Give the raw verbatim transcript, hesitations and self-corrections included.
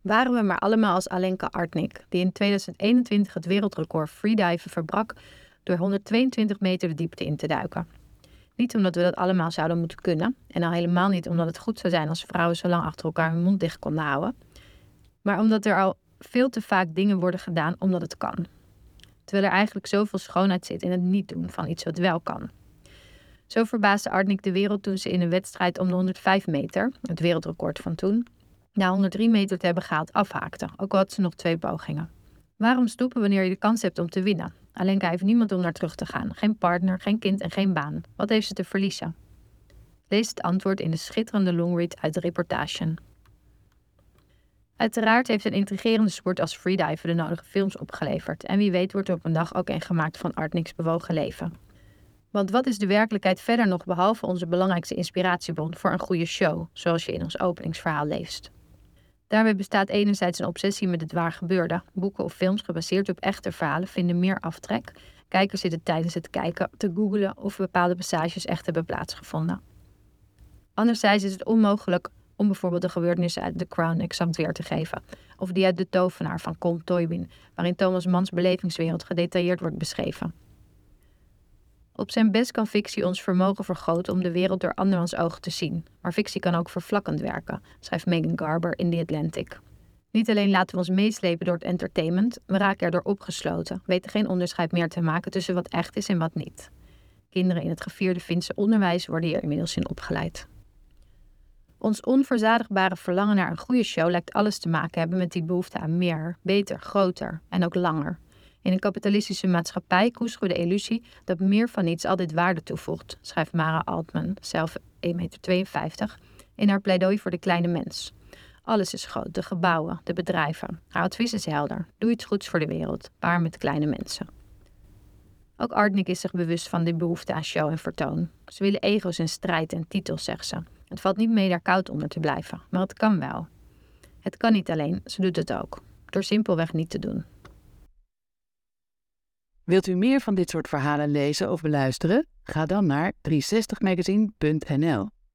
Waren we maar allemaal als Alenka Artnik, die in tweeduizend eenentwintig het wereldrecord freediven verbrak door honderdtweeëntwintig meter de diepte in te duiken. Niet omdat we dat allemaal zouden moeten kunnen, en al helemaal niet omdat het goed zou zijn als vrouwen zo lang achter elkaar hun mond dicht konden houden, maar omdat er al veel te vaak dingen worden gedaan omdat het kan. Terwijl er eigenlijk zoveel schoonheid zit in het niet doen van iets wat wel kan. Zo verbaasde Artnik de wereld toen ze in een wedstrijd om de honderdvijf meter, het wereldrecord van toen, na honderddrie meter te hebben gehaald afhaakte, ook al had ze nog twee pogingen. Waarom stoppen wanneer je de kans hebt om te winnen? Alenka heeft niemand om naar terug te gaan. Geen partner, geen kind en geen baan. Wat heeft ze te verliezen? Lees het antwoord in de schitterende longread uit de reportage. Uiteraard heeft een intrigerende sport als freediven de nodige films opgeleverd. En wie weet wordt er op een dag ook een gemaakt van Artnik's bewogen leven. Want wat is de werkelijkheid verder nog behalve onze belangrijkste inspiratiebron voor een goede show, zoals je in ons openingsverhaal leest? Daarbij bestaat enerzijds een obsessie met het waar gebeurde. Boeken of films gebaseerd op echte verhalen vinden meer aftrek. Kijkers zitten tijdens het kijken te googlen of bepaalde passages echt hebben plaatsgevonden. Anderzijds is het onmogelijk om bijvoorbeeld de gebeurtenissen uit The Crown exact weer te geven. Of die uit De Tovenaar van Colm Toibin, waarin Thomas Manns belevingswereld gedetailleerd wordt beschreven. Op zijn best kan fictie ons vermogen vergroten om de wereld door andermans ogen te zien. Maar fictie kan ook vervlakkend werken, schrijft Megan Garber in The Atlantic. Niet alleen laten we ons meeslepen door het entertainment, we raken erdoor opgesloten, weten geen onderscheid meer te maken tussen wat echt is en wat niet. Kinderen in het gevierde Finse onderwijs worden hier inmiddels in opgeleid. Ons onverzadigbare verlangen naar een goede show lijkt alles te maken hebben met die behoefte aan meer, beter, groter en ook langer. In een kapitalistische maatschappij koesteren we de illusie dat meer van iets altijd waarde toevoegt, schrijft Mara Altman, zelf één meter tweeënvijftig, in haar pleidooi voor de kleine mens. Alles is groot, de gebouwen, de bedrijven. Haar advies is helder. Doe iets goeds voor de wereld, paar met kleine mensen. Ook Artnik is zich bewust van die behoefte aan show en vertoon. Ze willen ego's en strijd en titels, zegt ze. Het valt niet mee daar koud onder te blijven, maar het kan wel. Het kan niet alleen, ze doet het ook. Door simpelweg niet te doen. Wilt u meer van dit soort verhalen lezen of beluisteren? Ga dan naar driehonderdzestig magazine punt n l.